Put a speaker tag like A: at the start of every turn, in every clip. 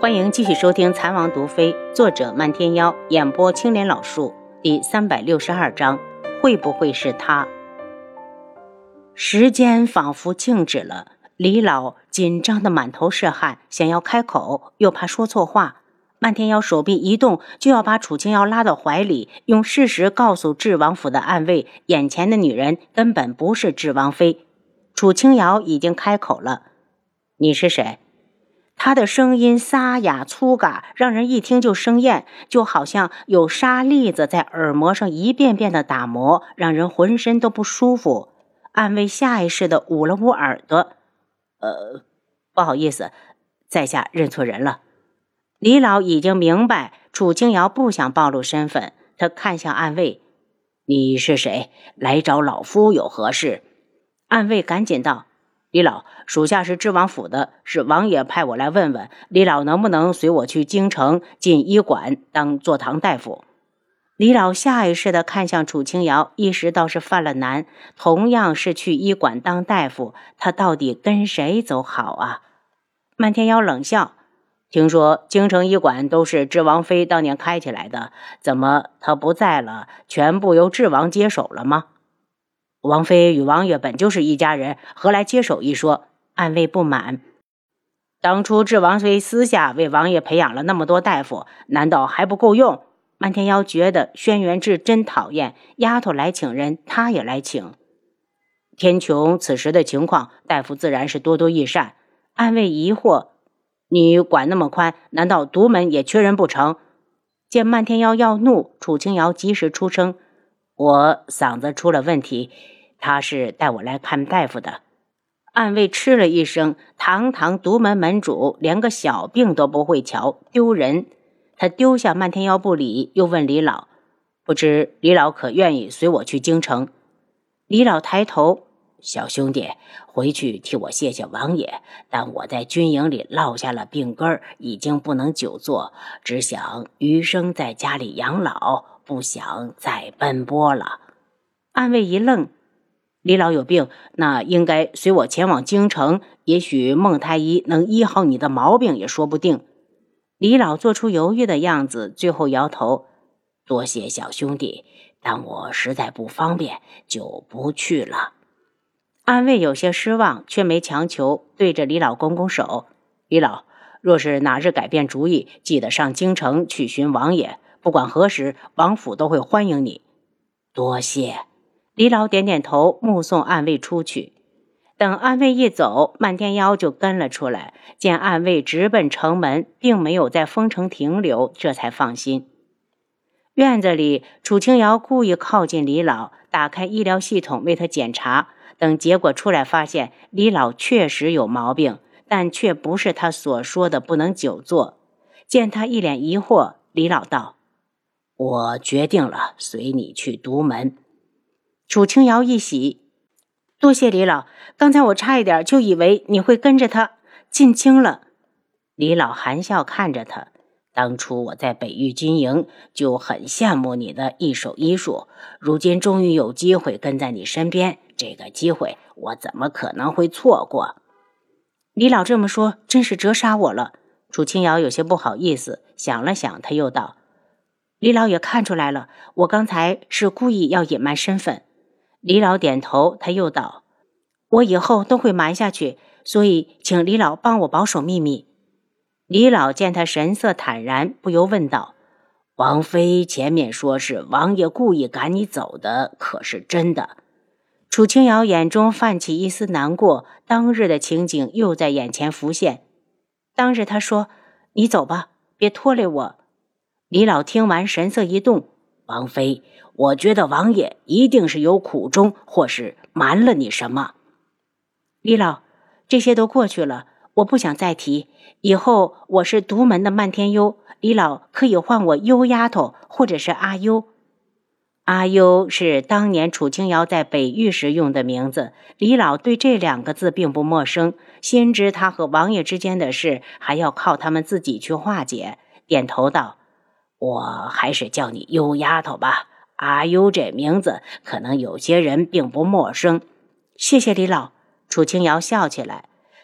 A: 欢迎继续收听《残王毒妃》，作者漫天妖，演播青莲老树，第362章，会不会是他？时间仿佛静止了，李老紧张的满头是汗，想要开口，又怕说错话。漫天妖手臂一动，就要把楚清瑶拉到怀里，用事实告诉智王府的暗卫，眼前的女人根本不是智王妃。楚清瑶已经开口了：“你是谁？”他的声音沙哑粗嘎，让人一听就生厌，就好像有沙粒子在耳膜上一遍遍的打磨，让人浑身都不舒服。暗卫下意识的捂了捂耳朵：“不好意思，在下认错人了。”李老已经明白楚清瑶不想暴露身份，他看向暗卫：“你是谁？来找老夫有何事？”暗卫赶紧道：“李老，属下是智王府的，是王爷派我来问问，李老能不能随我去京城进医馆当坐堂大夫？”李老下意识地看向楚清瑶，一时倒是犯了难。同样是去医馆当大夫，他到底跟谁走好啊？漫天妖冷笑：“听说京城医馆都是智王妃当年开起来的，怎么她不在了，全部由智王接手了吗？”“王妃与王爷本就是一家人，何来接手一说？”暗卫不满。“当初智王妃私下为王爷培养了那么多大夫，难道还不够用？”漫天妖觉得轩辕志真讨厌，丫头来请人，他也来请。天穹此时的情况，大夫自然是多多益善。暗卫疑惑：“你管那么宽，难道独门也缺人不成？”见漫天妖要怒，楚清瑶及时出声：“我嗓子出了问题，他是带我来看大夫的。”暗卫吃了一声，堂堂独门门主，连个小病都不会瞧，丢人。他丢下漫天妖不理，又问李老：“不知李老可愿意随我去京城？”李老抬头：“小兄弟，回去替我谢谢王爷，但我在军营里落下了病根，已经不能久坐，只想余生在家里养老，不想再奔波了。”暗卫一愣：“李老有病，那应该随我前往京城，也许孟太医能医好你的毛病也说不定。”李老做出犹豫的样子，最后摇头：“多谢小兄弟，但我实在不方便，就不去了。”暗卫有些失望，却没强求，对着李老拱拱手：“李老，若是哪日改变主意，记得上京城去寻王爷，不管何时，王府都会欢迎你。”“多谢。”李老点点头，目送暗卫出去。等暗卫一走，漫天妖就跟了出来，见暗卫直奔城门，并没有在丰城停留，这才放心。院子里，楚清瑶故意靠近李老，打开医疗系统为他检查。等结果出来，发现李老确实有毛病，但却不是他所说的不能久坐。见他一脸疑惑，李老道：“我决定了，随你去独门。”楚清瑶一喜：“多谢李老，刚才我差一点就以为你会跟着他进京了。”李老含笑看着他：“当初我在北域军营就很羡慕你的一手医术，如今终于有机会跟在你身边，这个机会我怎么可能会错过？”李老这么说，真是折杀我了。楚清瑶有些不好意思，想了想，他又道：“李老也看出来了，我刚才是故意要隐瞒身份。”李老点头，他又道：“我以后都会瞒下去，所以请李老帮我保守秘密。”李老见他神色坦然，不由问道：“王妃前面说是王爷故意赶你走的，可是真的？”楚清瑶眼中泛起一丝难过，当日的情景又在眼前浮现。当日他说：“你走吧，别拖累我。”李老听完神色一动：“王妃，我觉得王爷一定是有苦衷，或是瞒了你什么。”李老，这些都过去了，我不想再提。以后我是独门的漫天幽，李老可以唤我幽丫头，或者是阿幽。阿幽是当年楚清瑶在北域时用的名字，李老对这2个字并不陌生，心知他和王爷之间的事还要靠他们自己去化解，点头道：“我还是叫你幽丫头吧，阿幽这名字可能有些人并不陌生。”“谢谢李老。”楚清瑶笑起来。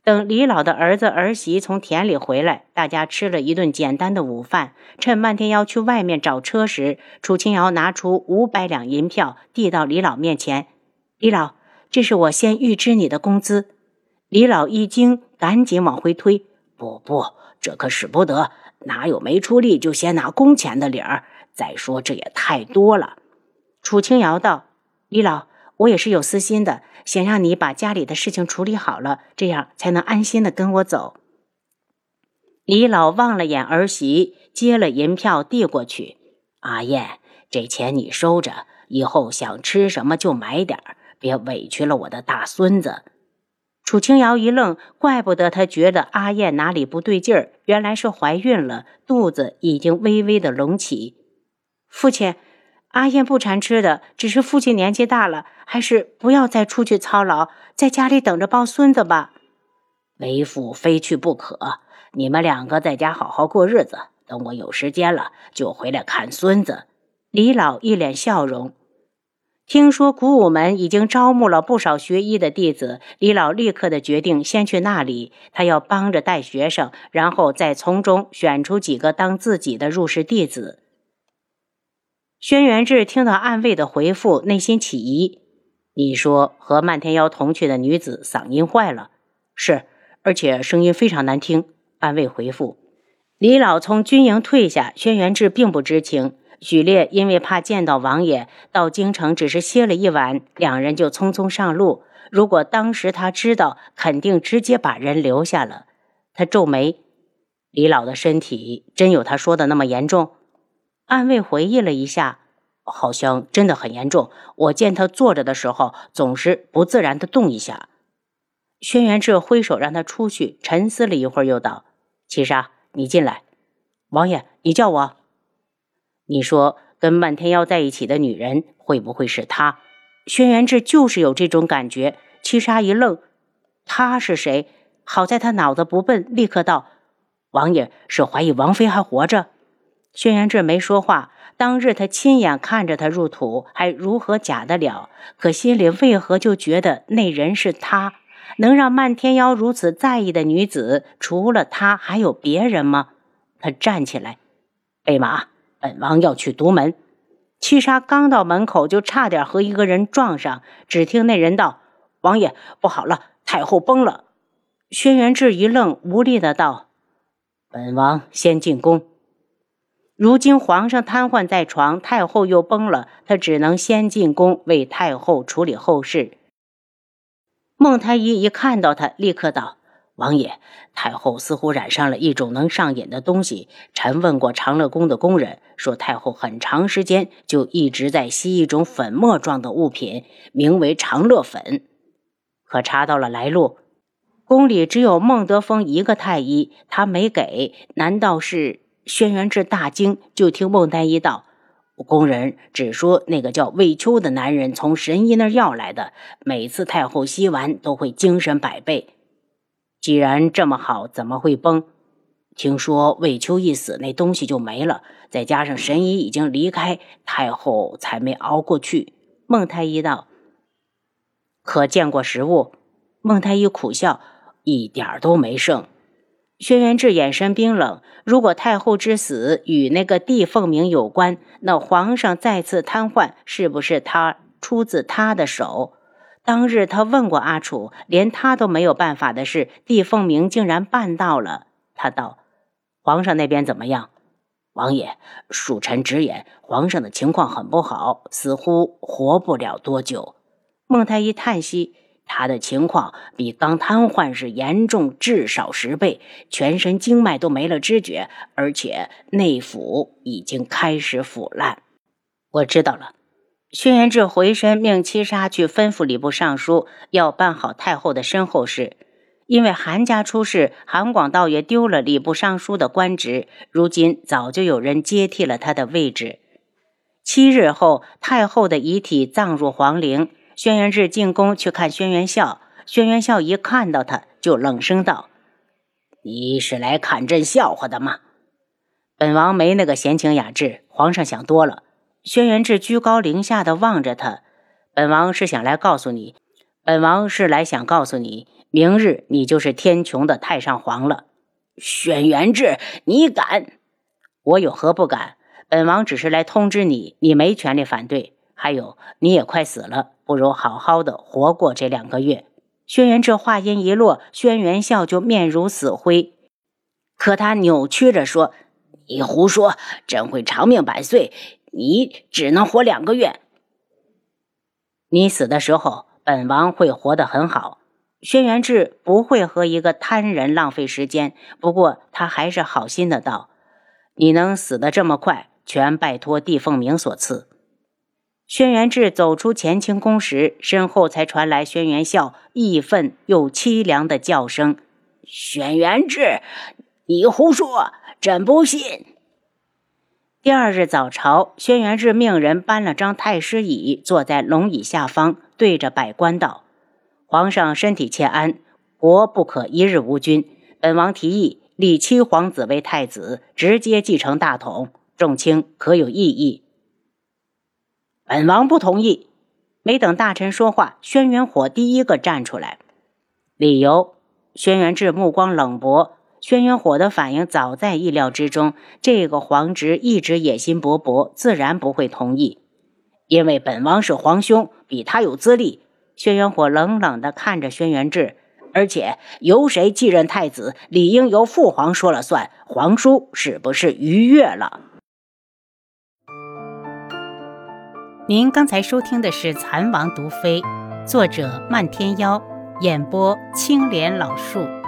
A: 等李老的儿子儿媳从田里回来，大家吃了一顿简单的午饭。趁漫天妖去外面找车时，楚清瑶拿出500两银票递到李老面前。李老，这是我先预支你的工资。李老一惊，赶紧往回推。不，这可使不得，哪有没出力就先拿工钱的理儿？再说这也太多了。楚清瑶道：李老，我也是有私心的，想让你把家里的事情处理好了，这样才能安心的跟我走。李老望了眼儿媳，接了银票递过去。阿燕，这钱你收着，以后想吃什么就买点儿，别委屈了我的大孙子。楚清瑶一愣，怪不得她觉得阿燕哪里不对劲儿，原来是怀孕了，肚子已经微微的隆起。父亲，阿燕不馋吃的，只是父亲年纪大了，还是不要再出去操劳，在家里等着抱孙子吧。为父非去不可，你们2个在家好好过日子，等我有时间了就回来看孙子。李老一脸笑容。听说古武门已经招募了不少学医的弟子，李老立刻的决定先去那里，他要帮着带学生，然后再从中选出几个当自己的入室弟子。轩辕志听到暗卫的回复，内心起疑。你说和漫天妖同去的女子嗓音坏了？是，而且声音非常难听。暗卫回复。李老从军营退下，轩辕志并不知情。许烈因为怕见到王爷，到京城只是歇了一晚，2人就匆匆上路。如果当时他知道，肯定直接把人留下了。他皱眉，李老的身体真有他说的那么严重？暗卫回忆了一下，好像真的很严重，我见他坐着的时候总是不自然地动一下。轩辕志挥手让他出去，沉思了一会儿又道：七杀，你进来。王爷，你叫我。你说跟漫天妖在一起的女人会不会是他？轩辕志就是有这种感觉。七杀一愣，他是谁？好在他脑子不笨，立刻道：王爷是怀疑王妃还活着。轩辕志没说话，当日他亲眼看着他入土，还如何假得了？可心里为何就觉得那人是他？能让漫天妖如此在意的女子，除了他还有别人吗？他站起来，备马，本王要去独门。七杀刚到门口就差点和一个人撞上，只听那人道：王爷，不好了，太后崩了。轩辕志一愣，无力的道：本王先进宫。如今皇上瘫痪在床，太后又崩了，他只能先进宫为太后处理后事。孟太医一看到他，立刻道：王爷，太后似乎染上了一种能上瘾的东西，臣问过长乐宫的工人，说太后很长时间就一直在吸一种粉末状的物品，名为长乐粉。可查到了来路，宫里只有孟德峰一个太医，他没给，难道是？轩辕志大惊，就听孟太医道：工人只说那个叫魏秋的男人从神医那儿要来的，每次太后吸完都会精神100倍。既然这么好，怎么会崩？听说魏秋一死，那东西就没了，再加上神医已经离开，太后才没熬过去。孟太医道：可见过食物？孟太医苦笑：一点都没剩。轩辕志眼神冰冷，如果太后之死与那个帝凤鸣有关，那皇上再次瘫痪，是不是出自他的手？当日他问过阿楚，连他都没有办法的事，帝凤鸣竟然办到了。他道：皇上那边怎么样？王爷，恕臣直言，皇上的情况很不好，似乎活不了多久。孟太医叹息，他的情况比刚瘫痪时严重至少10倍，全身经脉都没了知觉，而且内腑已经开始腐烂。我知道了。轩辕志回身命七杀去吩咐礼部尚书，要办好太后的身后事。因为韩家出事，韩广道也丢了礼部尚书的官职，如今早就有人接替了他的位置。7日后，太后的遗体葬入皇陵，轩辕志进宫去看轩辕笑。轩辕笑一看到他，就冷声道：你是来看朕笑话的吗？本王没那个闲情雅致，皇上想多了。轩辕志居高临下的望着他，本王是来想告诉你， 明日你就是天穹的太上皇了。轩辕志，你敢？我有何不敢？本王只是来通知你，你没权利反对。还有，你也快死了，不如好好的活过这2个月。轩辕志话音一落，轩辕笑就面如死灰，可他扭曲着说：你胡说，朕会长命百岁，你只能活2个月。你死的时候，本王会活得很好。轩辕志不会和一个贪人浪费时间，不过他还是好心的道：你能死得这么快，全拜托帝凤鸣所赐。轩辕志走出乾清宫时，身后才传来轩辕笑义愤又凄凉的叫声：轩辕志，你胡说，朕不信。第2日早朝，轩辕志命人搬了张太师椅，坐在龙椅下方，对着百官道：皇上身体欠安，国不可一日无君。本王提议立7皇子为太子，直接继承大统，众卿可有异议？本王不同意。没等大臣说话，轩辕火第一个站出来。理由？轩辕志目光冷薄。轩辕火的反应早在意料之中，这个皇侄一直野心勃勃，自然不会同意。因为本王是皇兄，比他有资历。轩辕火冷冷地看着轩辕志，而且由谁继任太子，理应由父皇说了算，皇叔是不是逾越了？
B: 您刚才收听的是《蚕王毒妃》，作者漫天妖，演播青莲老树。